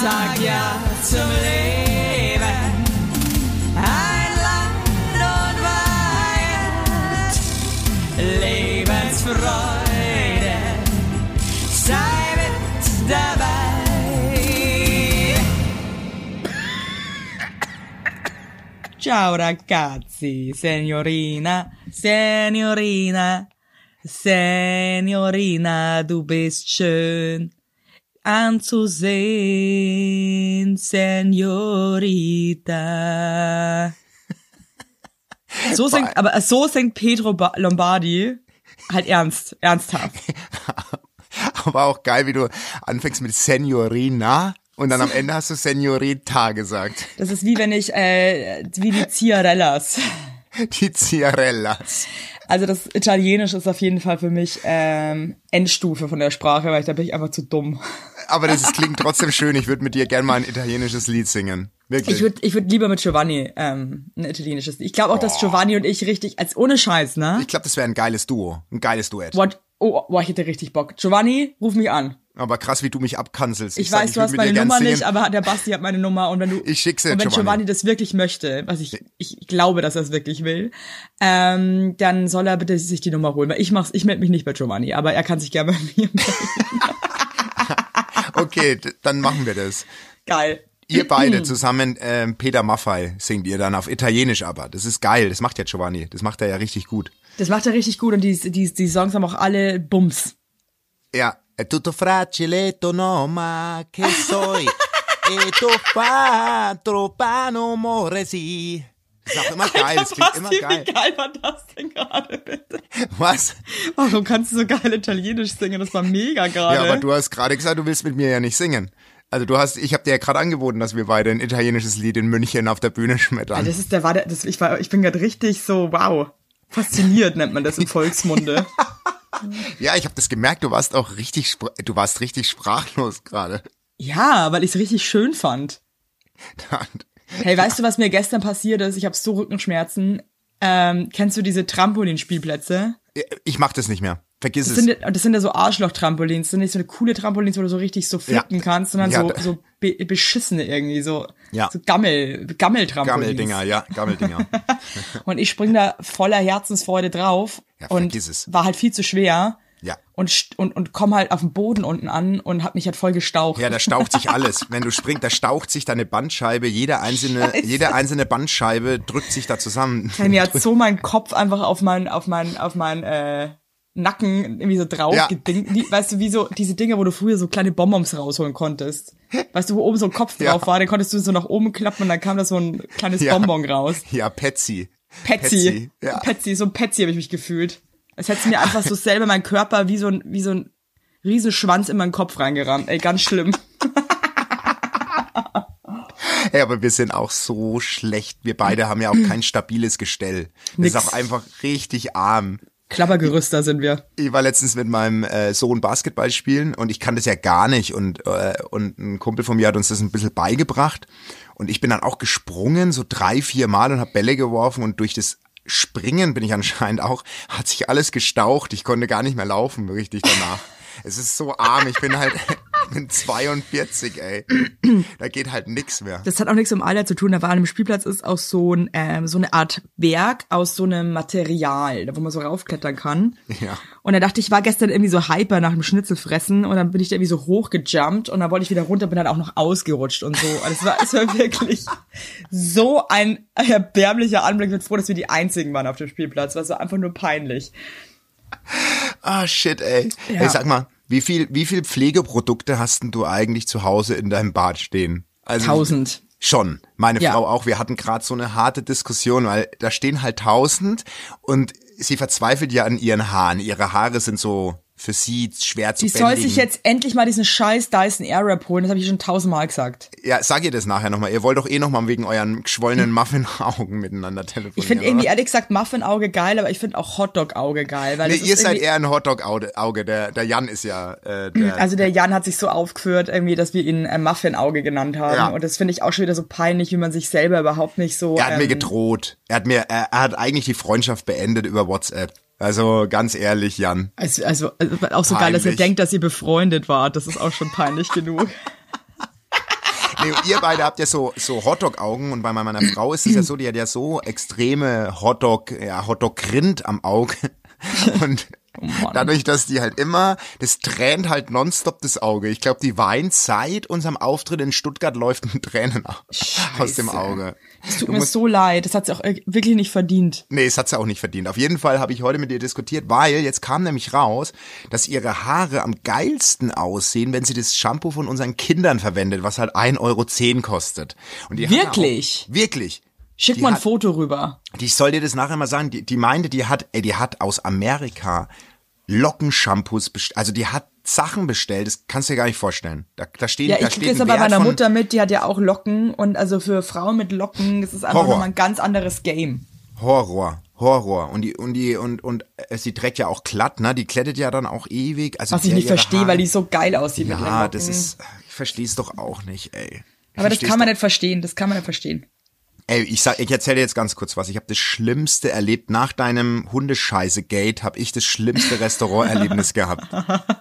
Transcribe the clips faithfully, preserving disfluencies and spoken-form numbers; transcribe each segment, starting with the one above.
sag ja zum Leben. Ein Land und Weihend, Lebensfreude, sei mit dabei. Ciao ragazzi, Signorina, Signorina, Signorina, du bist schön anzusehen, Signorita. So singt, aber so singt Pedro Lombardi halt ernst, ernsthaft. Aber auch geil, wie du anfängst mit Signorina und dann am Ende hast du Signorita gesagt. Das ist wie wenn ich, äh, wie die Ciarellas. Die Ciarellas. Also das Italienisch ist auf jeden Fall für mich ähm, Endstufe von der Sprache, weil ich, da bin ich einfach zu dumm. Aber das ist, klingt trotzdem schön. Ich würde mit dir gerne mal ein italienisches Lied singen. Wirklich. Ich würde ich würd lieber mit Giovanni ähm, ein italienisches Lied. Ich glaube auch, oh. dass Giovanni und ich richtig, als ohne Scheiß, ne? Ich glaube, das wäre ein geiles Duo. Ein geiles Duett. What? Oh, oh, ich hätte richtig Bock. Giovanni, ruf mich an. Aber krass, wie du mich abkanzelst. Ich, ich weiß, sag, ich du hast meine Nummer nicht, aber der Basti hat meine Nummer und wenn du ich schick's dir, und wenn Giovanni. Giovanni das wirklich möchte, was ich ich glaube, dass er es wirklich will, ähm, dann soll er bitte sich die Nummer holen, weil ich mach's, ich melde mich nicht bei Giovanni, aber er kann sich gerne bei mir melden. Okay, d- dann machen wir das. Geil. Ihr beide zusammen, ähm, Peter Maffay singt ihr dann auf Italienisch aber. Das ist geil, das macht ja Giovanni, das macht er ja richtig gut. Das macht er richtig gut und die die die Songs haben auch alle Bums. Ja. È tutto fraciletto, no, ma che soi? E tu fa troppo amore, sì. Das ist auch immer geil, das klingt immer geil. Wie geil war das denn gerade, bitte? Was? Warum kannst du so geil Italienisch singen? Das war mega gerade. Ja, aber du hast gerade gesagt, du willst mit mir ja nicht singen. Also du hast, ich habe dir ja gerade angeboten, dass wir beide ein italienisches Lied in München auf der Bühne schmettern. Ja, das ist der, war der, das, ich war, ich bin gerade richtig so, wow, fasziniert nennt man das im Volksmunde. Ja, ich habe das gemerkt, du warst auch richtig, du warst richtig sprachlos gerade. Ja, weil ich es richtig schön fand. Hey, weißt du, was mir gestern passiert ist? Ich habe so Rückenschmerzen. Ähm, kennst du diese Trampolinspielplätze? Ich mach das nicht mehr. Vergiss das es. Sind, das sind ja so Arschloch-Trampolins. Das sind nicht so eine coole Trampolins, wo du so richtig so flippen ja. kannst, sondern ja, so, so be- beschissene irgendwie, so, ja. so Gammel, Gammel-Trampolins. Gammeldinger, ja, Gammeldinger. Und ich spring da voller Herzensfreude drauf ja, und es. war halt viel zu schwer. Ja. Und, und, und komm halt auf den Boden unten an und hab mich halt voll gestaucht. Ja, da staucht sich alles. Wenn du springst, da staucht sich deine Bandscheibe, jede einzelne, Scheiße. jede einzelne Bandscheibe drückt sich da zusammen. Hey, mir hat so mein Kopf einfach auf mein, auf mein, auf mein, äh, Nacken irgendwie so drauf ja. gedingt. Die, weißt du, wie so diese Dinge, wo du früher so kleine Bonbons rausholen konntest. Weißt du, wo oben so ein Kopf drauf ja. war, dann konntest du so nach oben klappen und dann kam da so ein kleines ja. Bonbon raus. Ja, Petsy. Petsy. Petsy, ja. Petsy, so ein Petsy habe ich mich gefühlt. Als hätte mir einfach so selber mein Körper wie so ein, wie so ein Riesenschwanz in meinen Kopf reingerammt. Ey, ganz schlimm. Hey, aber wir sind auch so schlecht. Wir beide haben ja auch kein stabiles Gestell. Das Nix. Ist auch einfach richtig arm. Klappergerüster sind wir. Ich war letztens mit meinem äh, Sohn Basketball spielen und ich kann das ja gar nicht und äh, und ein Kumpel von mir hat uns das ein bisschen beigebracht und ich bin dann auch gesprungen, so drei, vier Mal und habe Bälle geworfen und durch das Springen bin ich anscheinend auch, hat sich alles gestaucht, ich konnte gar nicht mehr laufen richtig danach. Es ist so arm, ich bin halt ich bin zweiundvierzig, ey. Da geht halt nix mehr. Das hat auch nichts mit dem Alter zu tun. Da war an einem Spielplatz ist auch so ein ähm, so eine Art Berg aus so einem Material, wo man so raufklettern kann. Ja. Und da dachte ich, war gestern irgendwie so hyper nach dem Schnitzelfressen und dann bin ich da irgendwie so hochgejumpt und dann wollte ich wieder runter, bin dann auch noch ausgerutscht und so. Und es war, es war wirklich so ein erbärmlicher Anblick. Ich bin froh, dass wir die Einzigen waren auf dem Spielplatz. Das war einfach nur peinlich. Ah, shit, ey. Ja. Ey, sag mal, wie viel, wie viel Pflegeprodukte hast denn du eigentlich zu Hause in deinem Bad stehen? Also, tausend. Schon. Meine ja. Frau auch. Wir hatten gerade so eine harte Diskussion, weil da stehen halt tausend und sie verzweifelt ja an ihren Haaren. Ihre Haare sind so für sie schwer zu die bändigen. Die soll sich jetzt endlich mal diesen scheiß Dyson Airwrap holen, das habe ich schon tausendmal gesagt. Ja, sag ihr das nachher nochmal. Ihr wollt doch eh nochmal wegen euren geschwollenen Muffin-Augen miteinander telefonieren. Ich finde irgendwie ehrlich gesagt Muffin-Auge geil, aber ich finde auch Hotdog-Auge geil. Weil nee, das ihr ist seid eher ein Hotdog-Auge. Der, der Jan ist ja... Äh, der also der Jan hat sich so aufgeführt, irgendwie, dass wir ihn äh, Muffin-Auge genannt haben. Ja. Und das finde ich auch schon wieder so peinlich, wie man sich selber überhaupt nicht so... Er hat ähm, mir gedroht. Er hat mir, er, er hat eigentlich die Freundschaft beendet über WhatsApp. Also ganz ehrlich, Jan. Also, also, also auch so peinlich. Geil, dass ihr denkt, dass ihr befreundet wart. Das ist auch schon peinlich genug. Nee, und ihr beide habt ja so, so Hotdog-Augen und bei meiner Frau ist es ja so, die hat ja so extreme Hotdog, ja, Hotdog-Rind am Auge. Und Oh dadurch, dass die halt immer, das tränt halt nonstop das Auge. Ich glaube, die weint seit unserem Auftritt in Stuttgart läuft ein Tränen Scheiße. aus dem Auge. Es tut Du mir musst- so leid. Das hat sie auch wirklich nicht verdient. Nee, das hat sie auch nicht verdient. Auf jeden Fall habe ich heute mit ihr diskutiert, weil jetzt kam nämlich raus, dass ihre Haare am geilsten aussehen, wenn sie das Shampoo von unseren Kindern verwendet, was halt ein Euro zehn kostet. Und die hat Wirklich? Auch, wirklich. Schick Die mal ein hat- Foto rüber. Die, ich soll dir das nachher mal sagen, die, die meinte, die hat, ey, die hat aus Amerika Lockenshampoos bestellt, also die hat Sachen bestellt, das kannst du dir gar nicht vorstellen. Da, da stehen, Ja, da ich steht kriege das ein ja bei Wert meiner von Mutter mit, die hat ja auch Locken und also für Frauen mit Locken, das ist einfach Horror. nochmal ein ganz anderes Game. Horror, Horror. Und die, und die, und, und äh, sie trägt ja auch glatt, ne? Die klettet ja dann auch ewig. Also Was ich der- nicht ihre verstehe, Haare- weil die so geil aussieht mit ihren Ja, Locken. das ist, ich verstehe es doch auch nicht, ey. Ich Aber das versteh's kann man doch. nicht verstehen, das kann man nicht verstehen. Ey, ich sag, ich erzähle dir jetzt ganz kurz was. Ich habe das Schlimmste erlebt. Nach deinem Hundescheiße-Gate habe ich das schlimmste Restauranterlebnis gehabt.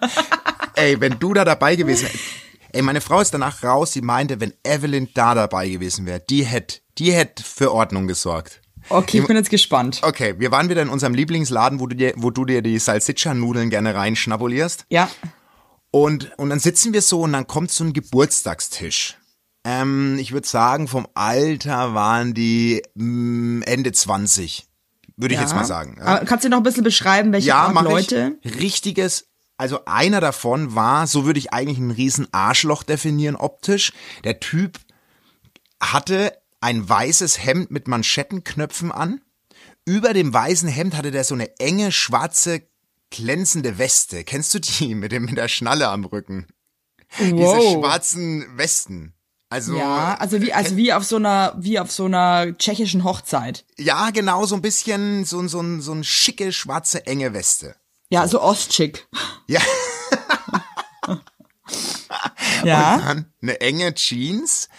Ey, wenn du da dabei gewesen wärst. Ey, meine Frau ist danach raus, sie meinte, wenn Evelyn da dabei gewesen wäre, die hätte, die hätte für Ordnung gesorgt. Okay, ich bin jetzt gespannt. Okay, wir waren wieder in unserem Lieblingsladen, wo du dir, wo du dir die Salsiccia-Nudeln gerne reinschnabulierst. Ja, Und, und dann sitzen wir so und dann kommt so ein Geburtstagstisch. Ähm, ich würde sagen, vom Alter waren die mh, Ende zwanzig. Würde ich ja. jetzt mal sagen. Ja, Aber kannst du noch ein bisschen beschreiben, welche ja Art mach Leute? ich. Richtiges, also einer davon war, so würde ich eigentlich einen riesen Arschloch definieren optisch. Der Typ hatte ein weißes Hemd mit Manschettenknöpfen an. Über dem weißen Hemd hatte der so eine enge, schwarze, glänzende Weste. Kennst du die mit dem mit der Schnalle am Rücken? Diese Wow. schwarzen Westen. Also Ja, also wie, also wie auf so einer, wie auf so einer tschechischen Hochzeit. ja, genau, so ein bisschen so, so, so, so eine schicke, schwarze, enge Weste. Ja, so Ostchick. Ja. Ja. Und dann eine enge Jeans,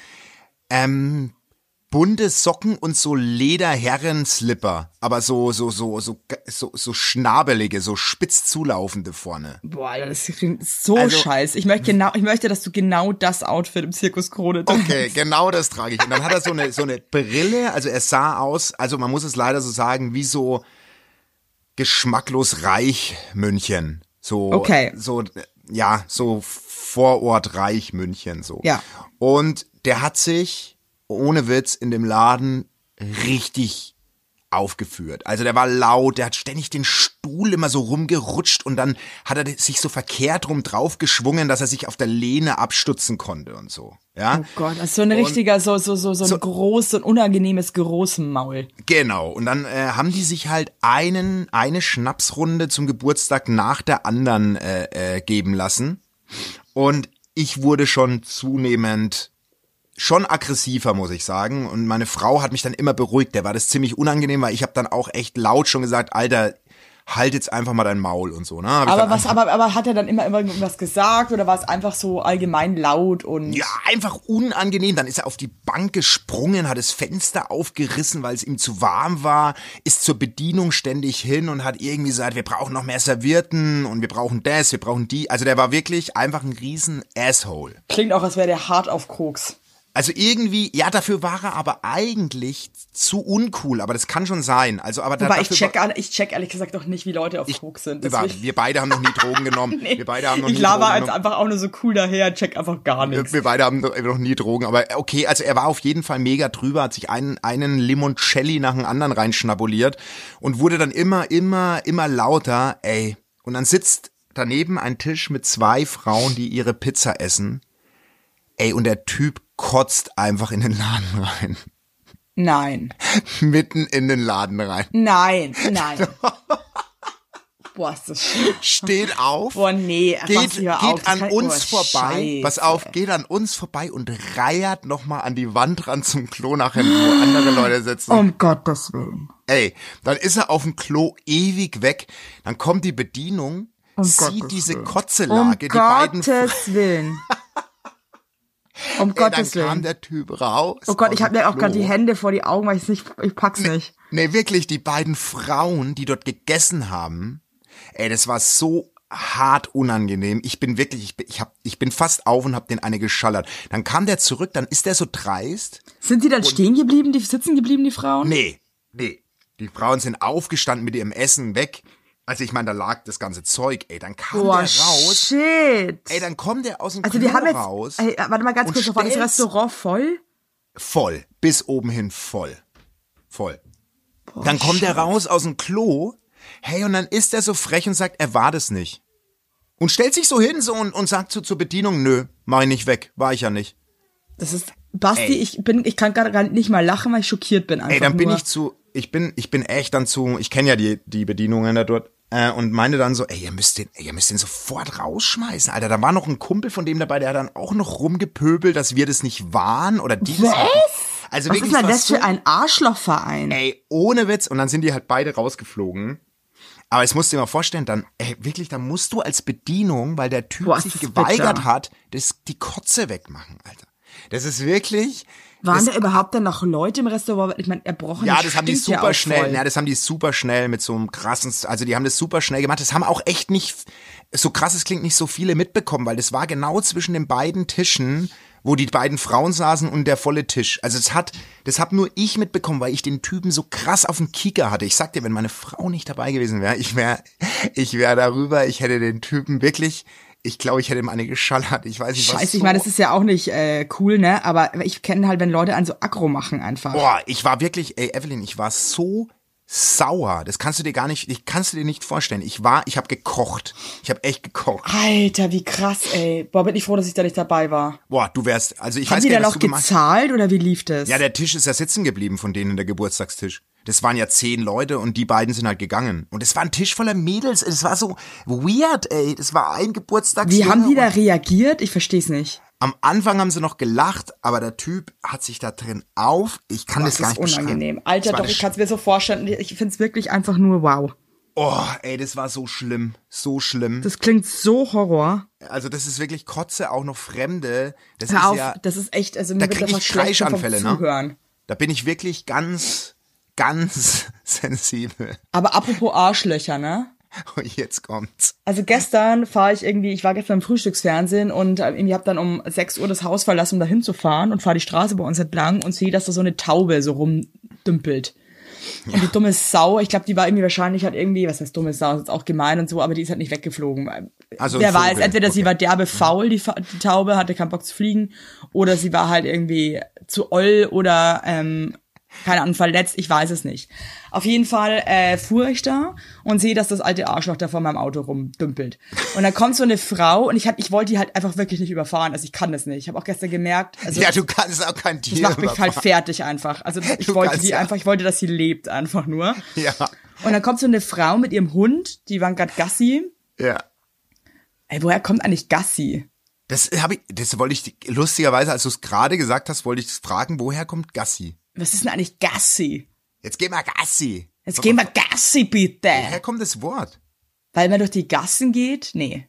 ähm, bunte Socken und so Lederherren-Slipper, aber so so so so so so schnabelige, so spitz zulaufende vorne. Boah, Alter, das klingt so Also- scheiße. Ich möchte genau, ich möchte, dass du genau das Outfit im Zirkus Krone trägst. Okay, genau das trage ich. Und dann hat er so eine so eine Brille, also er sah aus, also man muss es leider so sagen, wie so geschmacklos reich München. So Okay. so ja, so Vorort reich München so. Ja. Und der hat sich ohne Witz in dem Laden richtig aufgeführt. Also der war laut, der hat ständig den Stuhl immer so rumgerutscht und dann hat er sich so verkehrt rum drauf geschwungen, dass er sich auf der Lehne abstutzen konnte und so. Ja? Oh Gott, das ist so ein richtiger, so, so, so, so ein So- großes, ein unangenehmes Großmaul. Genau. Und dann äh, haben die sich halt einen, eine Schnapsrunde zum Geburtstag nach der anderen äh, äh, geben lassen. Und ich wurde schon zunehmend schon aggressiver, muss ich sagen. Und meine Frau hat mich dann immer beruhigt. Der war das ziemlich unangenehm, weil ich habe dann auch echt laut schon gesagt, Alter, halt jetzt einfach mal dein Maul und so. Ne? Hab ich Aber dann was, einfach- aber, aber hat er dann immer, immer irgendwas gesagt oder war es einfach so allgemein laut und? Ja, einfach unangenehm. Dann ist er auf die Bank gesprungen, hat das Fenster aufgerissen, weil es ihm zu warm war, ist zur Bedienung ständig hin und hat irgendwie gesagt, wir brauchen noch mehr Servierten und wir brauchen das, wir brauchen die. Also der war wirklich einfach ein riesen Asshole. Klingt auch, als wäre der hart auf Koks. Also irgendwie, ja, dafür war er aber eigentlich zu uncool, aber das kann schon sein. Also, aber da- Wobei ich dafür check, war- an- ich check ehrlich gesagt auch nicht, wie Leute auf Koks sind. über, Deswegen- wir beide haben noch nie Drogen genommen. Wir beide haben noch ich nie laber Drogen jetzt genommen. einfach auch nur so cool daher, check einfach gar nichts. Wir beide haben noch nie Drogen, aber okay, also er war auf jeden Fall mega drüber, hat sich einen, einen Limoncelli nach dem anderen reinschnabuliert und wurde dann immer, immer, immer lauter, ey. Und dann sitzt daneben ein Tisch mit zwei Frauen, die ihre Pizza essen. Ey, und der Typ kotzt einfach in den Laden rein. Nein. Mitten in den Laden rein. Nein, nein. Boah, ist das schlimm. Steht auf. Boah, nee. Geht, pass hier geht auf, das an kann- uns oh, vorbei, Scheiße. pass auf, geht an uns vorbei und reiert nochmal an die Wand ran zum Klo nachher, wo andere Leute sitzen. Um Gottes Willen. Ey, dann ist er auf dem Klo ewig weg, dann kommt die Bedienung, Um sieht Gottes diese Willen. Kotzelage, Um die beiden, Gottes Willen. Um ey, dann Gottes kam Willen. der Typ raus. Oh Gott, aus ich habe dem mir auch gerade Klo. die Hände vor die Augen, weil ich nicht, ich pack's nicht. Nee, wirklich, die beiden Frauen, die dort gegessen haben, ey, das war so hart unangenehm. Ich bin wirklich, ich bin, ich hab, ich bin fast auf und hab den eine geschallert. Dann kam der zurück, dann ist der so dreist. Sind die dann stehen geblieben, die sitzen geblieben, die Frauen? Nee, nee. Die Frauen sind aufgestanden mit ihrem Essen weg. Also ich meine, da lag das ganze Zeug, ey, dann kam Boah, der raus. Shit. Ey, dann kommt der aus dem Also Klo die haben jetzt, raus. ey, warte mal ganz kurz, war das Restaurant voll? Voll, bis oben hin voll. Voll. Boah, dann kommt der Scheiße. raus aus dem Klo, hey, und dann ist er so frech und sagt, er war das nicht. Und stellt sich so hin so und, und sagt so zur Bedienung, nö, mach ich nicht weg, war ich ja nicht. Das ist, Basti, Ey. ich bin, ich kann gerade gar nicht mal lachen, weil ich schockiert bin einfach Ey, dann bin nur. ich zu, ich bin, ich bin echt dann zu, ich kenne ja die, die Bedienungen da dort, äh, und meinte dann so, ey, ihr müsst den, ey, ihr müsst den sofort rausschmeißen, Alter. Da war noch ein Kumpel von dem dabei, der hat dann auch noch rumgepöbelt, dass wir das nicht waren oder die das Was? hatten. Also Was wirklich, ist denn es war das so, für ein Arschlochverein? ey, ohne Witz. Und dann sind die halt beide rausgeflogen. Aber es musst du dir mal vorstellen, dann, ey, wirklich, da musst du als Bedienung, weil der Typ Boah, sich ist das geweigert bitter. hat, das, die Kotze wegmachen, Alter. Das ist wirklich. Waren das, da überhaupt dann noch Leute im Restaurant? Ich meine, erbrochen. Ja, das haben die stinkt ja super auch schnell, voll. ja, das haben die super schnell mit so einem krassen, also die haben das super schnell gemacht. Das haben auch echt nicht, so krass es klingt, nicht so viele mitbekommen, weil das war genau zwischen den beiden Tischen, wo die beiden Frauen saßen und der volle Tisch. Also das hat, das hab nur ich mitbekommen, weil ich den Typen so krass auf dem Kieker hatte. Ich sag dir, wenn meine Frau nicht dabei gewesen wäre, ich wäre, ich wäre darüber, ich hätte den Typen wirklich, ich glaube, ich hätte ihm eine geschallert. Ich weiß nicht, was Scheiße, so ich meine, das ist ja auch nicht äh, cool, ne? Aber ich kenne halt, wenn Leute einen so aggro machen einfach. Boah, ich war wirklich, ey Evelyn, ich war so sauer. Das kannst du dir gar nicht, ich kannst du dir nicht vorstellen. Ich war, ich habe gekocht. Ich habe echt gekocht. Alter, wie krass, ey. Boah, bin ich froh, dass ich da nicht dabei war. Boah, du wärst, also ich Haben weiß die gar dann nicht, was auch du gemacht hast. gezahlt oder wie lief das? Ja, der Tisch ist ja sitzen geblieben von denen, der Geburtstagstisch. Das waren ja zehn Leute und die beiden sind halt gegangen. Und es war ein Tisch voller Mädels. Es war so weird, ey. Das war ein Geburtstag. Wie haben die da reagiert? Ich versteh's nicht. Am Anfang haben sie noch gelacht, aber der Typ hat sich da drin auf. Ich kann Boah, das gar ist nicht unangenehm. beschreiben. Alter, Das war doch, eine ich kann's mir so vorstellen. Ich find's wirklich einfach nur wow. Oh, ey, das war so schlimm. So schlimm. Das klingt so Horror. Also das ist wirklich Kotze, auch noch Fremde. Das Hör ist auf, ja, das ist echt, also mir da wird krieg einfach ich schlecht vom Kreischanfälle, ne? Zuhören. Da bin ich wirklich ganz, ganz sensibel. Aber apropos Arschlöcher, ne? Und jetzt kommt's. Also gestern fahre ich irgendwie, ich war gestern im Frühstücksfernsehen und äh, irgendwie hab dann um sechs Uhr das Haus verlassen, um da hinzufahren und fahre die Straße bei uns entlang und sehe, dass da so eine Taube so rumdümpelt. Und ja. Die dumme Sau, ich glaube, die war irgendwie wahrscheinlich halt irgendwie, was heißt dumme Sau, ist jetzt auch gemein und so, aber die ist halt nicht weggeflogen. Also wer ein weiß, Vogel. entweder Okay. sie war derbe faul, die, Fa- die Taube, hatte keinen Bock zu fliegen, oder sie war halt irgendwie zu oll oder ähm, keine Ahnung, verletzt, ich weiß es nicht. Auf jeden Fall äh, fuhr ich da und sehe, dass das alte Arschloch da vor meinem Auto rumdümpelt. Und dann kommt so eine Frau und ich hab, ich wollte die halt einfach wirklich nicht überfahren, also ich kann das nicht. Ich habe auch gestern gemerkt, also Ja, du kannst auch kein Tier das macht mich überfahren. halt fertig einfach. Also ich Du wollte kannst die ja. einfach, ich wollte, dass sie lebt einfach nur. Ja, Und dann kommt so eine Frau mit ihrem Hund, die waren grad Gassi. ja. Ey, woher kommt eigentlich Gassi? Das habe ich, das wollte ich, lustigerweise, als du es gerade gesagt hast, wollte ich fragen, woher kommt Gassi? Was ist denn eigentlich Gassi? Jetzt geh mal Gassi. Jetzt gehen wir Gassi, bitte. Woher kommt das Wort? Weil man durch die Gassen geht? Nee.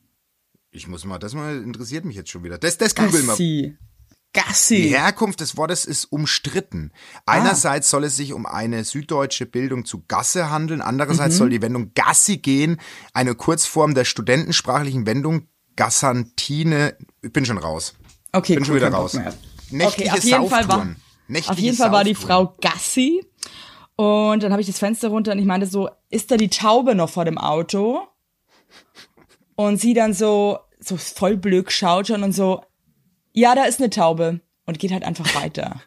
Ich muss mal, das mal interessiert mich jetzt schon wieder. Das, das googeln wir. Gassi. Die Gassi. Herkunft des Wortes ist umstritten. Ah. Einerseits soll es sich um eine süddeutsche Bildung zu Gasse handeln, andererseits Mhm. soll die Wendung Gassi gehen, eine Kurzform der studentensprachlichen Wendung Gassantine. Ich bin schon raus. Okay, bin cool, schon wieder kein Bock raus. mehr. Nächtliche Okay, auf jeden Fall war, Sauftouren. Nächtliche auf jeden Fall war die Sauftouren. Frau Gassi. Und dann habe ich das Fenster runter und ich meinte so, ist da die Taube noch vor dem Auto? Und sie dann so, so voll blöd schaut schon und so, ja, da ist eine Taube. Und geht halt einfach weiter.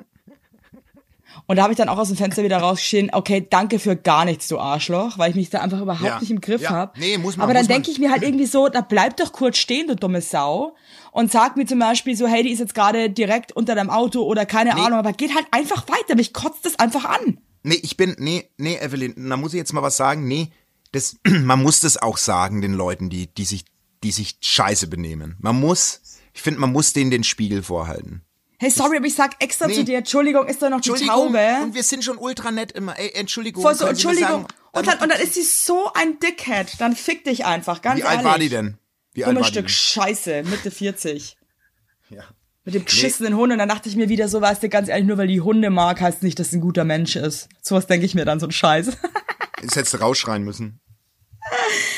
Und da habe ich dann auch aus dem Fenster wieder rausgeschrien, okay, danke für gar nichts, du Arschloch, weil ich mich da einfach überhaupt Ja, nicht im Griff ja. hab. Nee, muss man, Aber dann muss man. denke ich mir halt irgendwie so, da bleib doch kurz stehen, du dumme Sau. Und sag mir zum Beispiel so, hey, die ist jetzt gerade direkt unter deinem Auto oder keine Nee. Ahnung, aber geht halt einfach weiter, mich kotzt das einfach an. Nee, ich bin, nee, nee, Evelyn, da muss ich jetzt mal was sagen. Nee, das, man muss das auch sagen, den Leuten, die, die sich, die sich scheiße benehmen. Man muss, ich finde, man muss denen den Spiegel vorhalten. Hey, sorry, aber ich sag extra Nee. zu dir, Entschuldigung, ist da noch die Entschuldigung, Taube? und wir sind schon ultra nett immer. Ey, Entschuldigung. Voll so, können Sie mir Entschuldigung. sagen, Und dann, und dann ist sie so ein Dickhead. Dann fick dich einfach, ganz Wie ehrlich. alt war die denn? Wie alt Dummes war die Stück denn? Scheiße, Mitte vierzig. Ja. Mit dem geschissenen Hund. Und dann dachte ich mir wieder so, weißt du, ganz ehrlich, nur weil die Hunde mag, heißt nicht, dass sie ein guter Mensch ist. Sowas denke ich mir dann, so ein Scheiß. Das hättest du rausschreien müssen.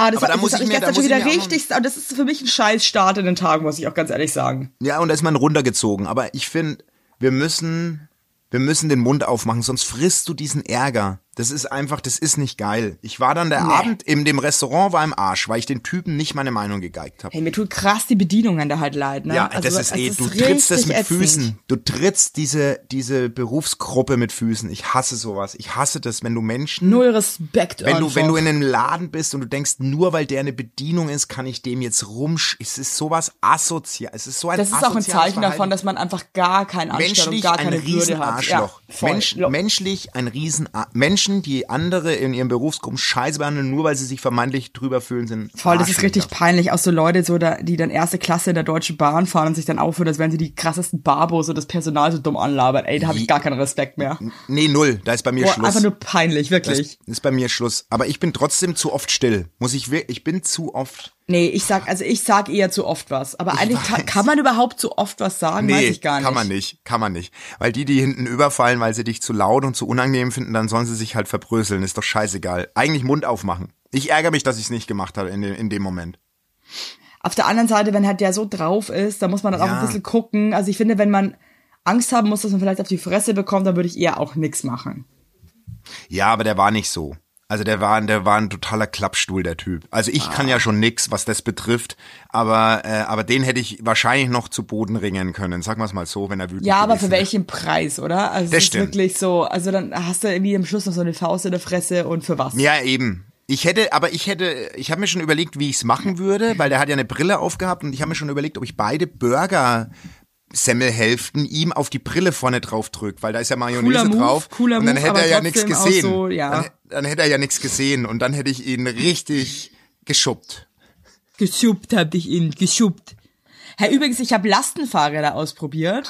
Ah, das, aber da das muss hat ich mich mir, da gestern muss schon ich wieder mir auch noch- richtig, das ist für mich ein scheiß Start in den Tag, muss ich auch ganz ehrlich sagen. Ja, und da ist man runtergezogen. Aber ich finde, wir müssen, wir müssen den Mund aufmachen, sonst frisst du diesen Ärger. Das ist einfach, das ist nicht geil. Ich war dann der Nee. Abend in dem Restaurant, war im Arsch, weil ich den Typen nicht meine Meinung gegeigt habe. Hey, mir tut krass die Bedienung da halt leid, ne? Ja, Also, das ist es eh, du trittst das richtig mit ätzend. Füßen. Du trittst diese, diese Berufsgruppe mit Füßen. Ich hasse sowas. Ich hasse das, wenn du Menschen, Null Respekt wenn du, einfach. wenn du in einem Laden bist und du denkst, nur weil der eine Bedienung ist, kann ich dem jetzt rumsch, es ist sowas asozial. Es ist so ein Das ist auch ein asoziales Zeichen Verhalten. davon, dass man einfach gar keine Anstellung, Menschlich gar ein keine Würde hat. Riesenarschloch. Ja, voll. Mensch, menschlich ein Riesen, Menschen, die andere in ihren Berufsgruppen scheiße behandeln, nur weil sie sich vermeintlich drüber fühlen, sind Voll, das ist Arschlöcher. richtig peinlich. Auch so Leute, so da, die dann erste Klasse in der Deutschen Bahn fahren und sich dann aufhören, als wären sie die krassesten Barbos und das Personal so dumm anlabern. Ey, da habe ich gar keinen Respekt mehr. Nee, null. Da ist bei mir Boah, Schluss. einfach nur peinlich, das wirklich. ist bei mir Schluss. Aber ich bin trotzdem zu oft still. Muss ich wirklich, ich bin zu oft. Nee, ich sag, also ich sag eher zu oft was. Aber eigentlich kann, kann man überhaupt zu oft was sagen, Nee, weiß ich gar nicht. kann man nicht, kann man nicht. Weil die, die hinten überfallen, weil sie dich zu laut und zu unangenehm finden, dann sollen sie sich halt verbröseln. Ist doch scheißegal. Eigentlich Mund aufmachen. Ich ärgere mich, dass ich es nicht gemacht habe in, de, in dem Moment. Auf der anderen Seite, wenn halt der so drauf ist, da muss man dann auch Ja. ein bisschen gucken. Also ich finde, wenn man Angst haben muss, dass man vielleicht auf die Fresse bekommt, dann würde ich eher auch nix machen. Ja, aber der war nicht so. Also der war, der war ein totaler Klappstuhl, der Typ. Also ich Ah. kann ja schon nix, was das betrifft, aber äh, aber den hätte ich wahrscheinlich noch zu Boden ringen können. Sagen wir es mal so, wenn er wütend Ja, aber gewesen für wäre. welchen Preis, oder? Also Das es ist stimmt. wirklich so, also dann hast du irgendwie am Schluss noch so eine Faust in der Fresse und für was? Ja, eben. Ich hätte, aber ich hätte, ich habe mir schon überlegt, wie ich es machen würde, weil der hat ja eine Brille aufgehabt und ich habe mir schon überlegt, ob ich beide Burger Semmelhälften ihm auf die Brille vorne drauf drück, weil da ist ja Mayonnaise Cooler Move, drauf cooler und dann Move, hätte er aber ja nichts trotzdem auch gesehen. so, ja. dann, dann hätte er ja nichts gesehen und dann hätte ich ihn richtig geschubbt. Geschubbt hab ich ihn, geschubbt. Herr, übrigens, ich habe Lastenfahrräder ausprobiert.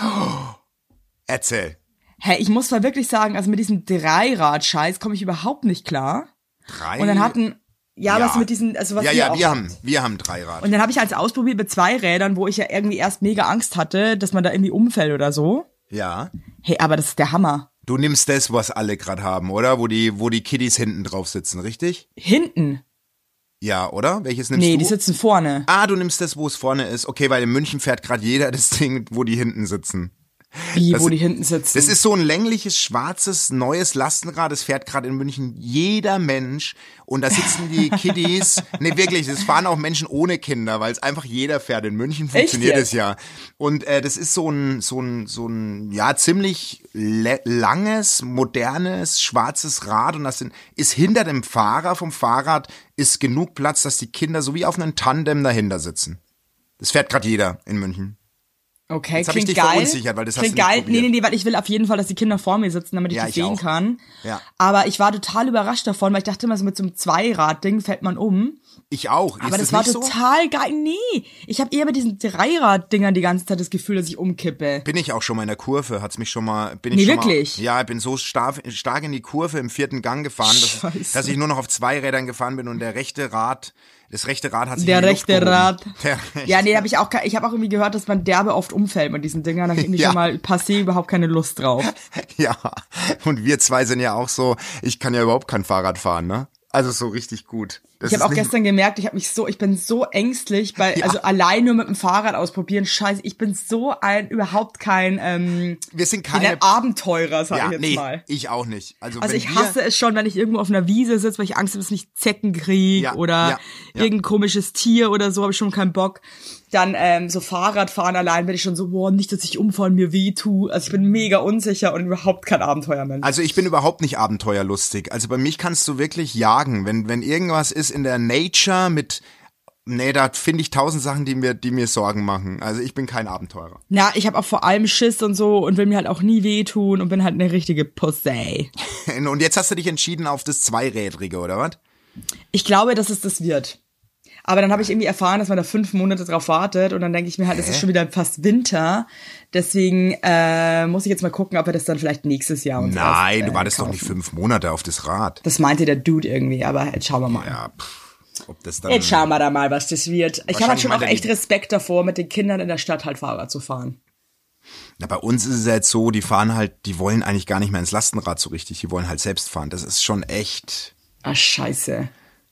Erzähl. Hä, ich muss mal wirklich sagen, also mit diesem Dreirad-Scheiß komme ich überhaupt nicht klar. Drei. Und dann hatten, ja, Ja. was mit diesen, also was ja, ihr ja, auch wir habt. haben, wir haben Dreirad. Und dann habe ich als ausprobiert mit zwei Rädern, wo ich ja irgendwie erst mega Angst hatte, dass man da irgendwie umfällt oder so. Ja. Hey, aber das ist der Hammer. Du nimmst das, was alle gerade haben, oder? Wo die, wo die Kiddies hinten drauf sitzen, richtig? Hinten? Ja, oder? Welches nimmst Nee, du? die sitzen vorne. Ah, du nimmst das, wo es vorne ist. Okay, weil in München fährt gerade jeder das Ding, wo die hinten sitzen. Wie, Das- wo die hinten sitzen. Das ist so ein längliches, schwarzes, neues Lastenrad. Das fährt gerade in München jeder Mensch. Und da sitzen die Kiddies. Nee, wirklich, es fahren auch Menschen ohne Kinder, weil es einfach jeder fährt. In München funktioniert jetzt? es ja. Und äh, das ist so ein, so ein, so ein, ja, ziemlich le- langes, modernes, schwarzes Rad. Und das sind, ist hinter dem Fahrer vom Fahrrad ist genug Platz, dass die Kinder so wie auf einem Tandem dahinter sitzen. Das fährt gerade jeder in München. Okay, Jetzt hab ich klingt dich geil. verunsichert, weil das hast klingt du nicht geil. Nee, probiert. nee, nee, weil ich will auf jeden Fall, dass die Kinder vor mir sitzen, damit ich Ja, die ich sehen auch. kann. Ja. Aber ich war total überrascht davon, weil ich dachte immer, so mit so einem Zweirad-Ding fällt man um. Ich auch. Aber ist das, war nicht so? total geil. Nee, ich habe eher mit diesen Dreirad-Dingern die ganze Zeit das Gefühl, dass ich umkippe. Bin ich auch schon mal in der Kurve, hat's mich schon mal, bin ich Nee, schon wirklich? Mal, ja, ich bin so stark, stark in die Kurve im vierten Gang gefahren, dass, Scheiße. dass ich nur noch auf zwei Rädern gefahren bin und der rechte Rad, das rechte Rad hat sich Der in die Luft rechte gehoben. Rad. Der rechte. Ja, nee, hab ich auch, ke- ich habe auch irgendwie gehört, dass man derbe oft umfällt mit diesen Dingern. Da hab ich irgendwie Ja. schon mal passé überhaupt keine Lust drauf. Ja, und wir zwei sind ja auch so, ich kann ja überhaupt kein Fahrrad fahren, ne? Also so richtig gut. Das Ich habe ist auch nicht- gestern gemerkt, ich habe mich so, ich bin so ängstlich, bei, Ja. also allein nur mit dem Fahrrad ausprobieren, scheiße, ich bin so ein, überhaupt kein, ähm, wir sind wie keine, nennt- Abenteurer, sag ja, ich jetzt nee, mal. ich auch nicht. Also, Also wenn ich wir, hasse es schon, wenn ich irgendwo auf einer Wiese sitze, weil ich Angst habe, dass ich Zecken krieg Ja, oder ja, ja. irgendein komisches Tier oder so, habe ich schon keinen Bock. Dann ähm, so Fahrradfahren allein bin ich schon so, boah, nicht, dass ich umfall und mir weh tue. Also ich bin mega unsicher und überhaupt kein Abenteuermensch. Also ich bin überhaupt nicht abenteuerlustig. Also bei mich kannst du wirklich jagen. Wenn, wenn irgendwas ist in der Nature mit, nee, da finde ich tausend Sachen, die mir, die mir Sorgen machen. Also ich bin kein Abenteurer. Na, ich habe auch vor allem Schiss und so und will mir halt auch nie wehtun und bin halt eine richtige Pussy. Und jetzt hast du dich entschieden auf das Zweirädrige, oder was? Ich glaube, dass es das wird. Aber dann habe ich irgendwie erfahren, dass man da fünf Monate drauf wartet und dann denke ich mir halt, es ist schon wieder fast Winter. Deswegen äh, muss ich jetzt mal gucken, ob wir das dann vielleicht nächstes Jahr uns Nein, erst, du äh, wartest doch kaufen. nicht fünf Monate auf das Rad. Das meinte der Dude irgendwie, aber jetzt schauen wir mal. Ja, pff, ob das dann... Jetzt schauen wir da mal, was das wird. Ich habe halt Wahrscheinlich schon auch meint er echt die- Respekt davor, mit den Kindern in der Stadt halt Fahrrad zu fahren. Na, bei uns ist es jetzt so, die fahren halt, die wollen eigentlich gar nicht mehr ins Lastenrad so richtig. Die wollen halt selbst fahren. Das ist schon echt... Ah, scheiße.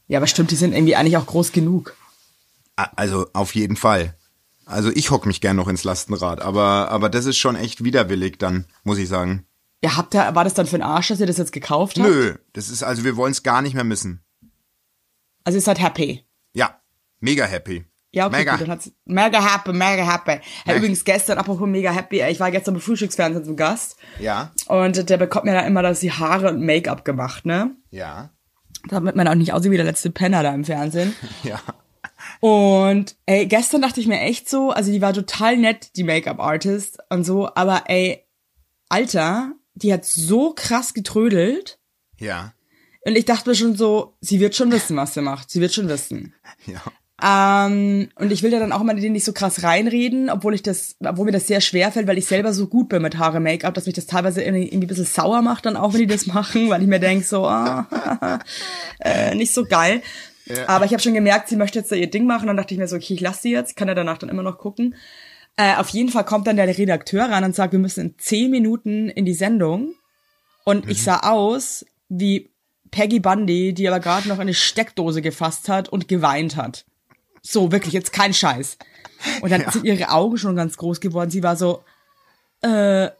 Ja, aber stimmt, die sind irgendwie eigentlich auch groß genug. Also auf jeden Fall. Also ich hock mich gern noch ins Lastenrad, aber, aber das ist schon echt widerwillig dann, muss ich sagen. Ja, habt ihr, war das dann für einen Arsch, dass ihr das jetzt gekauft habt? Nö, das ist, also wir wollen es gar nicht mehr missen. Also ihr seid happy? Ja, mega happy. Ja, okay, mega. Gut, dann hat's, mega happy, mega happy. Hey, übrigens gestern, apropos mega happy, ich war gestern beim Frühstücksfernsehen zum Gast. Ja. Und der bekommt mir dann immer das die Haare und Make-up gemacht, ne? Ja. Damit man auch nicht aussieht wie der letzte Penner da im Fernsehen. Ja. Und ey, gestern dachte ich mir echt so, also die war total nett, die Make-up-Artist und so, aber ey, Alter, die hat so krass getrödelt. Ja. Und ich dachte mir schon so, sie wird schon wissen, was sie macht. Sie wird schon wissen. Ja. Ähm, und ich will da dann auch mal denen nicht so krass reinreden, obwohl ich das, obwohl mir das sehr schwer fällt, weil ich selber so gut bin mit Haare, Make-up, dass mich das teilweise irgendwie, irgendwie ein bisschen sauer macht dann auch, wenn die das machen, weil ich mir denke so, ah, äh, nicht so geil. Ja. Aber ich habe schon gemerkt, sie möchte jetzt da ihr Ding machen. Dann dachte ich mir so, okay, ich lasse sie jetzt. Ich kann ja danach dann immer noch gucken. Äh, auf jeden Fall kommt dann der Redakteur ran und sagt, wir müssen in zehn Minuten in die Sendung. Und mhm. ich sah aus wie Peggy Bundy, die aber gerade noch eine Steckdose gefasst hat und geweint hat. So, wirklich, jetzt kein Scheiß. Und dann ja. sind ihre Augen schon ganz groß geworden. Sie war so, äh,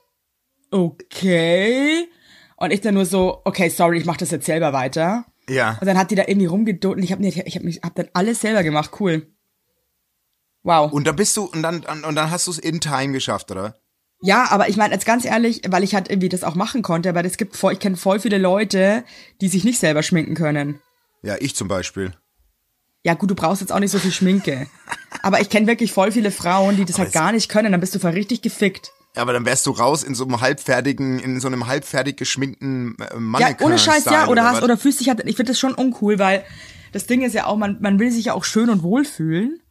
okay. Und ich dann nur so, okay, sorry, ich mach das jetzt selber weiter. Ja. Und dann hat die da irgendwie rumgedot und ich habe ich hab mich hab dann alles selber gemacht, cool. Wow. Und dann bist du und dann und dann hast du es in Time geschafft, oder? Ja, aber ich meine, jetzt ganz ehrlich, weil ich halt irgendwie das auch machen konnte, weil es gibt voll, ich kenne voll viele Leute, die sich nicht selber schminken können. Ja, ich zum Beispiel. Ja gut, du brauchst jetzt auch nicht so viel Schminke. Aber ich kenne wirklich voll viele Frauen, die das aber halt gar nicht können, dann bist du voll richtig gefickt. Aber dann wärst du raus in so einem halbfertigen, in so einem halbfertig geschminkten Mannequin. Ja, ohne Scheiß, ja, oder, oder hast, oder fühlst dich halt, ich finde das schon uncool, weil das Ding ist ja auch, man, man will sich ja auch schön und wohl fühlen.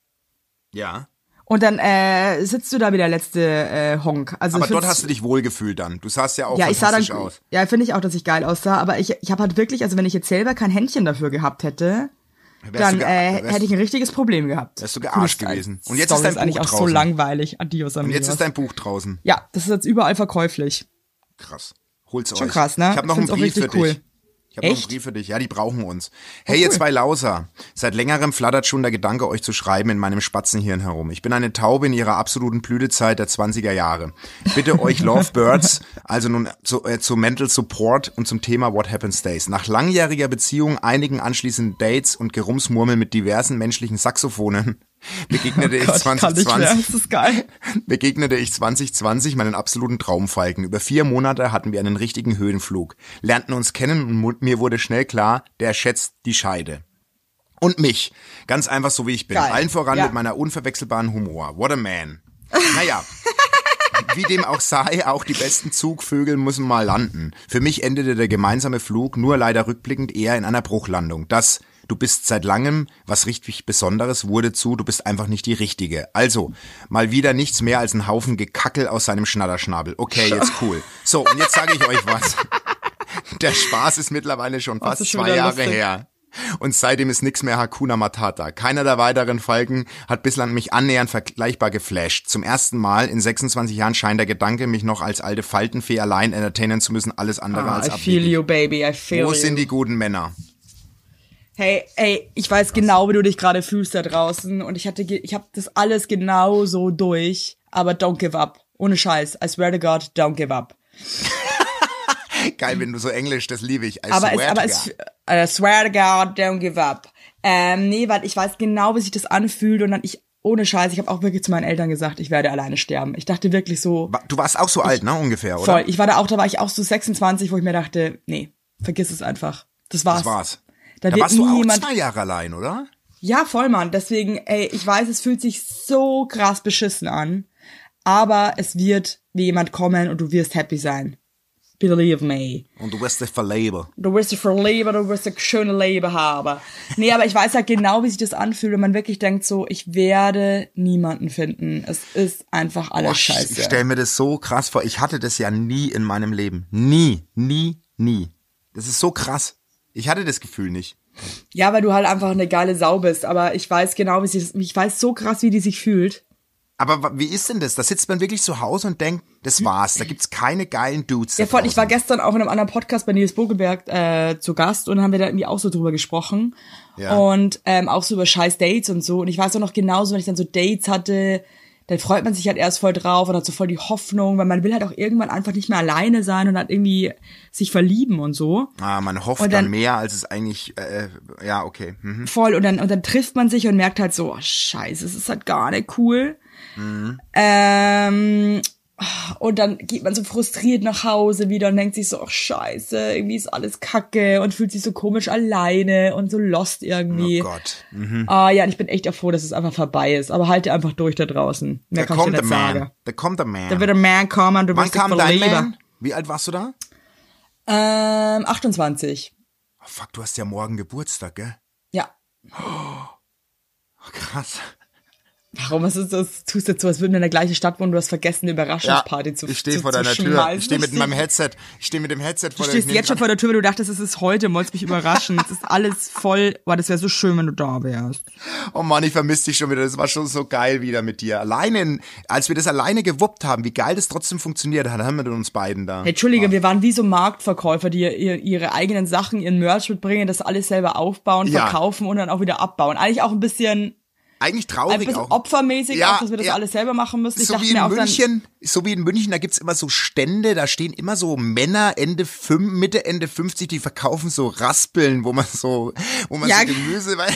Ja. Und dann äh, sitzt du da wie der letzte äh, Honk. Also aber dort hast du dich wohlgefühlt dann. Du sahst ja auch ja, fantastisch ich sah dann, aus. Ja, finde ich auch, dass ich geil aussah. Aber ich, ich habe halt wirklich, also wenn ich jetzt selber kein Händchen dafür gehabt hätte, wärst dann äh, hätte ich ein richtiges Problem gehabt. Wärst du gearscht gewesen. Und jetzt ist dein Buch eigentlich draußen. Auch so langweilig. Adios, amigos. Und jetzt ist dein Buch draußen. Ja, das ist jetzt überall verkäuflich. Krass. Hol's euch. Schon krass, ne? Ich habe noch einen Brief für cool. dich. Ich habe noch einen Brief für dich. Ja, die brauchen uns. Hey, oh, cool. Ihr zwei Lauser. Seit längerem flattert schon der Gedanke, euch zu schreiben in meinem Spatzenhirn herum. Ich bin eine Taube in ihrer absoluten Blütezeit der zwanziger Jahre. Ich bitte euch Lovebirds, also nun zu, äh, zu Mental Support und zum Thema What Happens Stays. Nach langjähriger Beziehung, einigen anschließenden Dates und Gerumsmurmeln mit diversen menschlichen Saxophonen begegnete oh Gott, ich zwanzig zwanzig, das ist geil. begegnete ich zwanzig zwanzig meinen absoluten Traumfalken. Über vier Monate hatten wir einen richtigen Höhenflug, lernten uns kennen und mir wurde schnell klar, der schätzt die Scheide. Und mich, ganz einfach so wie ich bin, geil. Allen voran ja. mit meiner unverwechselbaren Humor. What a man. Naja, wie dem auch sei, auch die besten Zugvögel müssen mal landen. Für mich endete der gemeinsame Flug nur leider rückblickend eher in einer Bruchlandung. Das Du bist seit langem was richtig Besonderes, wurde zu, du bist einfach nicht die Richtige. Also, mal wieder nichts mehr als ein Haufen Gekackel aus seinem Schnatterschnabel. Okay, jetzt cool. So, und jetzt sage ich euch was. Der Spaß ist mittlerweile schon fast schon zwei Jahre lustig. her. Und seitdem ist nix mehr Hakuna Matata. Keiner der weiteren Falken hat bislang mich annähernd vergleichbar geflasht. Zum ersten Mal in sechsundzwanzig Jahren scheint der Gedanke, mich noch als alte Faltenfee allein entertainen zu müssen, alles andere ah, als abwegig. I feel you, baby, I feel Wo you. sind die guten Männer? Hey, ey, ich weiß genau, wie du dich gerade fühlst da draußen und ich hatte, ich habe das alles genau so durch, aber don't give up. Ohne Scheiß. I swear to God, don't give up. Geil, wenn du so Englisch, das liebe ich. I aber swear es, aber to es, I swear to God, don't give up. Ähm, nee, weil ich weiß genau, wie sich das anfühlt und dann ich, ohne Scheiß, ich habe auch wirklich zu meinen Eltern gesagt, ich werde alleine sterben. Ich dachte wirklich so. Du warst auch so ich, alt, ne, ungefähr, oder? Voll. Ich war da auch, da war ich auch so sechsundzwanzig, wo ich mir dachte, nee, vergiss es einfach. Das war's. Das war's. Da, da wird warst du auch niemand zwei Jahre allein, oder? Ja, voll, Mann. Deswegen, ey, ich weiß, es fühlt sich so krass beschissen an, aber es wird wie jemand kommen und du wirst happy sein. Believe me. Und du wirst dich verleben. Du wirst dich verleben, du wirst ein schönes Leben haben. Nee, aber ich weiß halt genau, wie sich das anfühlt, wenn man wirklich denkt so, ich werde niemanden finden. Es ist einfach alles Boah, scheiße. Ich stell mir das so krass vor. Ich hatte das ja nie in meinem Leben. Nie, nie, nie. Das ist so krass. Ich hatte das Gefühl nicht. Ja, weil du halt einfach eine geile Sau bist. Aber ich weiß genau, wie sie, ich weiß so krass, wie die sich fühlt. Aber wie ist denn das? Da sitzt man wirklich zu Hause und denkt, das war's. Da gibt's keine geilen Dudes. Ja, voll. Ich war gestern auch in einem anderen Podcast bei Nils Bogelberg äh, zu Gast und haben wir da irgendwie auch so drüber gesprochen. Ja. Und ähm, auch so über scheiß Dates und so. Und ich weiß auch noch genauso, wenn ich dann so Dates hatte, dann freut man sich halt erst voll drauf und hat so voll die Hoffnung, weil man will halt auch irgendwann einfach nicht mehr alleine sein und halt irgendwie sich verlieben und so. Ah, man hofft und dann, dann mehr, als es eigentlich, äh, ja, okay. Mhm. Voll. Und dann, und dann trifft man sich und merkt halt so, oh, scheiße, es ist halt gar nicht cool. Mhm. Ähm, und dann geht man so frustriert nach Hause wieder und denkt sich so, ach scheiße, irgendwie ist alles kacke und fühlt sich so komisch alleine und so lost irgendwie. Oh Gott. Mhm. Ah ja, und ich bin echt froh, dass es einfach vorbei ist. Aber halte einfach durch da draußen. Mehr Da kann ich kommt dir der nicht Man. sagen. Da kommt der Man. Da wird der Man kommen und du Wann wirst dich kam dein verlieben. Man? Wie alt warst du da? Ähm, achtundzwanzig. Oh, fuck, du hast ja morgen Geburtstag, gell? Ja. Oh, krass. Warum ist das, das tust du jetzt so, als würden wir in der gleichen Stadt wohnen, du hast vergessen, eine Überraschungsparty Ja, zu ich stehe zu, vor zu deiner Tür. schmeißen. Ich stehe mit meinem Headset. Ich stehe mit dem Headset Du vor der stehst Tür. jetzt schon vor der Tür, weil du dachtest, es ist heute, du wolltest mich überraschen. Es ist alles voll, boah, das wäre so schön, wenn du da wärst. Oh Mann, ich vermisse dich schon wieder. Das war schon so geil wieder mit dir. Alleine, in, als wir das alleine gewuppt haben, wie geil das trotzdem funktioniert hat, haben wir mit uns beiden da. Hey, Entschuldige, oh. wir waren wie so Marktverkäufer, die ihr, ihre eigenen Sachen, ihren Merch mitbringen, das alles selber aufbauen, Ja. verkaufen und dann auch wieder abbauen. Eigentlich auch ein bisschen, Eigentlich ein traurig bisschen auch. opfermäßig, Ja, auch, dass wir das ja. alles selber machen müssen. Ich So dachte wie in mir auch dann, München, so wie in München, da gibt's immer so Stände, da stehen immer so Männer Ende fünf, Mitte Ende fünfzig, die verkaufen so Raspeln, wo man so, wo man Ja. so Gemüse, weil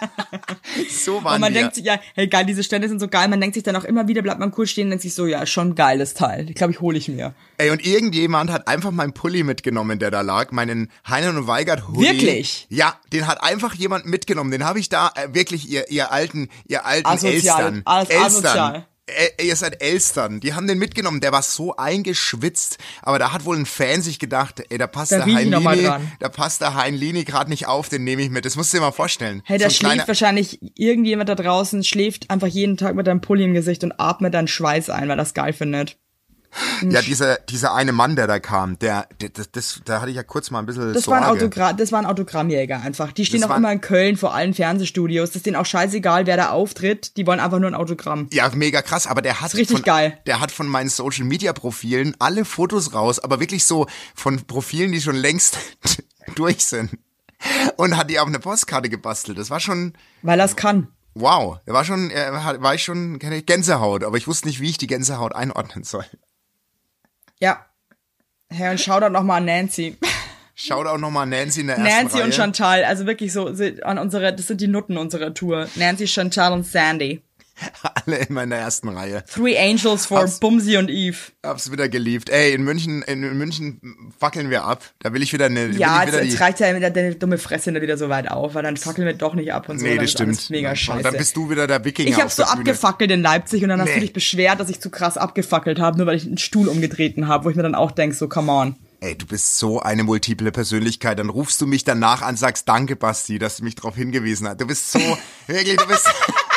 so waren und man wir. denkt sich, ja, hey geil, diese Stände sind so geil, man denkt sich dann auch immer wieder, bleibt man kurz stehen und denkt sich so, ja, schon ein geiles Teil. Ich glaube, ich hole ich mir. Ey, und irgendjemand hat einfach meinen Pulli mitgenommen, der da lag, meinen Heinen und Weigert Hoodie. Wirklich? Ja, den hat einfach jemand mitgenommen. Den habe ich da äh, wirklich ihr ihr alten ihr alten Asozial. Elstern. Alles Elstern. asozial. Ä- Ihr seid Elstern. Die haben den mitgenommen. Der war so eingeschwitzt, aber da hat wohl ein Fan sich gedacht, ey, da passt Da der riech ich noch mal Heinlini, dran. da passt der Heinlini gerade nicht auf, den nehme ich mit. Das musst du dir mal vorstellen. Hey, So da ein schläft kleiner- wahrscheinlich irgendjemand da draußen, schläft einfach jeden Tag mit deinem Pulli im Gesicht und atmet deinen Schweiß ein, weil er das geil findet. Ja, dieser dieser eine Mann, der da kam, der, der das, das da hatte ich ja kurz mal ein bisschen Das Sorge. war ein Autogra- das war ein Autogrammjäger einfach. Die stehen Das auch war- immer in Köln vor allen Fernsehstudios. Das ist denen auch scheißegal, wer da auftritt. Die wollen einfach nur ein Autogramm. Ja, mega krass, aber der hat Ist richtig von, geil. Der hat von meinen Social Media Profilen alle Fotos raus, aber wirklich so von Profilen, die schon längst durch sind. Und hat die auf eine Postkarte gebastelt. Das war schon Weil er es kann. wow, er war schon er hat- war ich schon keine Gänsehaut, aber ich wusste nicht, wie ich die Gänsehaut einordnen soll. Ja. Hey, und Shoutout nochmal an Nancy. Schaut auch noch mal Nancy in der ersten Nancy Reihe. und Chantal, also wirklich so sie- an unsere, das sind die Nutten unserer Tour. Nancy, Chantal und Sandy. Alle immer in der ersten Reihe. Three Angels for Hab's- Bumsy und Eve. Hab's wieder geliebt. Ey, in München, in München fackeln wir ab. Da will ich wieder eine, will Ja, ich jetzt, wieder jetzt die, reicht ja wieder deine dumme Fresse nicht wieder so weit auf, weil dann fackeln wir doch nicht ab und so. nee, dann das ist alles stimmt. mega Und scheiße. dann bist du wieder der Wikinger Ich hab auf so der Bühne. abgefackelt in Leipzig und dann hast Nee. du dich beschwert, dass ich zu krass abgefackelt habe, nur weil ich einen Stuhl umgetreten habe, wo ich mir dann auch denk, so come on. Ey, du bist so eine multiple Persönlichkeit. Dann rufst du mich danach an, sagst danke, Basti, dass du mich darauf hingewiesen hast. Du bist so, wirklich, du bist,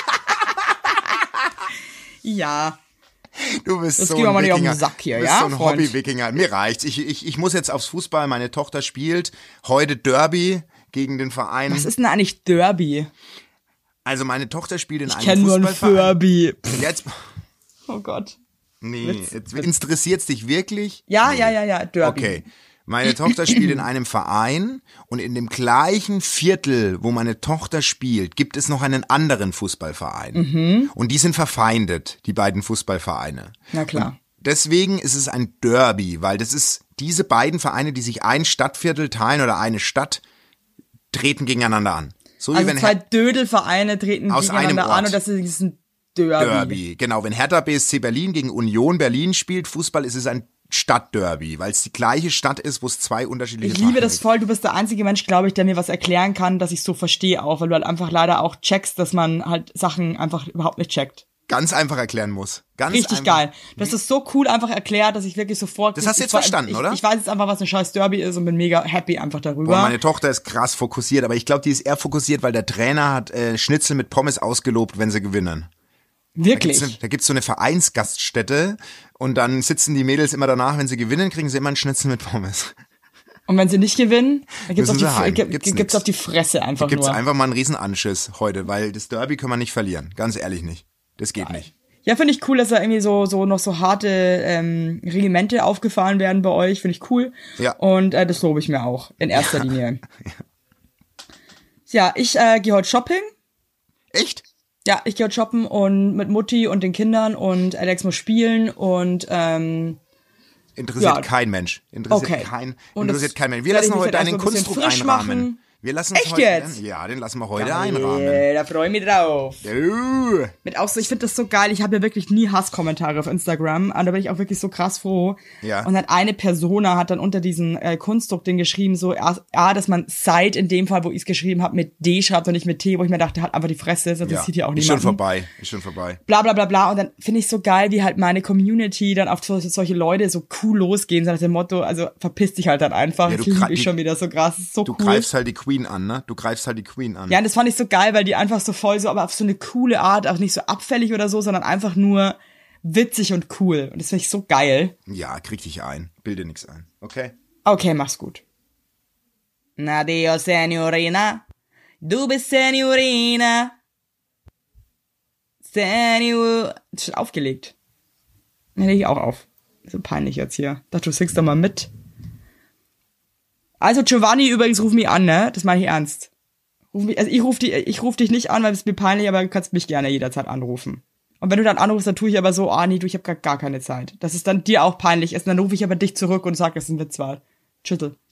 Ja. du bist Das so gehen wir ein mal nicht auf Wikinger. den Sack hier, du bist ja, so ein Freund? Hobby-Wikinger. Mir reicht's. Ich, ich, ich muss jetzt aufs Fußball. Meine Tochter spielt heute Derby gegen den Verein. Was ist denn eigentlich Derby? Also meine Tochter spielt in Ich einem kenne nur ein Fußballverein. Derby. Jetzt, Oh Gott. nee, Witz, jetzt Witz. interessiert's dich wirklich? Ja, Nee. ja, ja, ja, Derby. Okay. Meine Tochter spielt in einem Verein und in dem gleichen Viertel, wo meine Tochter spielt, gibt es noch einen anderen Fußballverein. Mhm. Und die sind verfeindet, die beiden Fußballvereine. Na klar. Deswegen ist es ein Derby, weil das ist diese beiden Vereine, die sich ein Stadtviertel teilen oder eine Stadt, treten gegeneinander an. So wie Also wenn zwei Her Dödelvereine treten Aus einem gegeneinander Ort. an und das ist ein Derby. Derby. Genau, wenn Hertha B S C Berlin gegen Union Berlin spielt, Fußball, ist es ein Stadtderby, weil es die gleiche Stadt ist, wo es zwei unterschiedliche Ich liebe Sachen das gibt. voll. Du bist der einzige Mensch, glaube ich, der mir was erklären kann, dass ich so verstehe auch, weil du halt einfach leider auch checkst, dass man halt Sachen einfach überhaupt nicht checkt. Ganz einfach erklären muss. Ganz Richtig einfach. geil. Du hast das so cool einfach erklärt, dass ich wirklich sofort... Das hast du ich, jetzt verstanden, ich, oder? Ich weiß jetzt einfach, was ein scheiß Derby ist und bin mega happy einfach darüber. Boah, meine Tochter ist krass fokussiert, aber ich glaube, die ist eher fokussiert, weil der Trainer hat äh, Schnitzel mit Pommes ausgelobt, wenn sie gewinnen. wirklich. Da gibt's, da gibt's so eine Vereinsgaststätte und dann sitzen die Mädels immer danach, wenn sie gewinnen, kriegen sie immer einen Schnitzel mit Pommes. Und wenn sie nicht gewinnen, dann gibt's, auf Müssen die, sie heim. gibt, Gibt's gibt's nix. auf die Fresse einfach Gibt's nur. einfach mal einen Riesenanschiss heute, weil das Derby können wir nicht verlieren. Ganz ehrlich nicht. Das geht nicht. Ja, finde ich cool, dass da irgendwie so so noch so harte ähm, Regimente aufgefahren werden bei euch. Finde ich cool. Ja. Und äh, das lobe ich mir auch in erster ja. Linie. Ja, ich äh, gehe heute shopping. Echt? Ja, ich gehe heute shoppen und mit Mutti und den Kindern und Alex muss spielen und ähm, interessiert ja. kein Mensch. Interessiert okay. kein und interessiert kein Mensch. Wir lassen heute einen Kunstdruck einrahmen. Machen. Wir lassen uns Echt heute, jetzt? Ja, den lassen wir heute geil, einrahmen. Da freue ich mich drauf. Uh. Mit auch so, ich finde das so geil. Ich habe ja wirklich nie Hasskommentare auf Instagram, aber da bin ich auch wirklich so krass froh. Ja. Und dann eine Persona hat dann unter diesen äh, Kunstdruck-Ding geschrieben, so, ja, dass man Seit in dem Fall, wo ich es geschrieben habe, mit D schreibt und nicht mit T, wo ich mir dachte, halt einfach die Fresse, das interessiert ja auch niemanden. Ist schon vorbei, ist schon vorbei. Bla bla bla bla. Und dann finde ich so geil, wie halt meine Community dann auf so, solche Leute so cool losgehen, so nach dem Motto, also verpiss dich halt dann einfach. Ja, das liebe ich schon wieder so krass, so du cool. Du greifst halt die Queen an, ne? Du greifst halt die Queen an. Ja, und das fand ich so geil, weil die einfach so voll so, aber auf so eine coole Art, auch nicht so abfällig oder so, sondern einfach nur witzig und cool. Und das finde ich so geil. Ja, krieg dich ein. Bilde nix ein. Okay? Okay, mach's gut. Nadio, Signorina. Du bist Signorina. Senior. Das ist aufgelegt. Dann leg ich auch auf. So peinlich jetzt hier. Dachte, du singst doch mal mit. Also Giovanni übrigens, ruf mich an, ne? Das meine ich ernst. Ruf mich, also ich ruf dich, ich ruf dich nicht an, weil es mir peinlich, aber du kannst mich gerne jederzeit anrufen. Und wenn du dann anrufst, dann tue ich aber so, ah nee, du, ich habe gar, gar keine Zeit. Dass es dann dir auch peinlich ist. Und dann rufe ich aber dich zurück und sag, dass es ein Witz war. Tschüssel.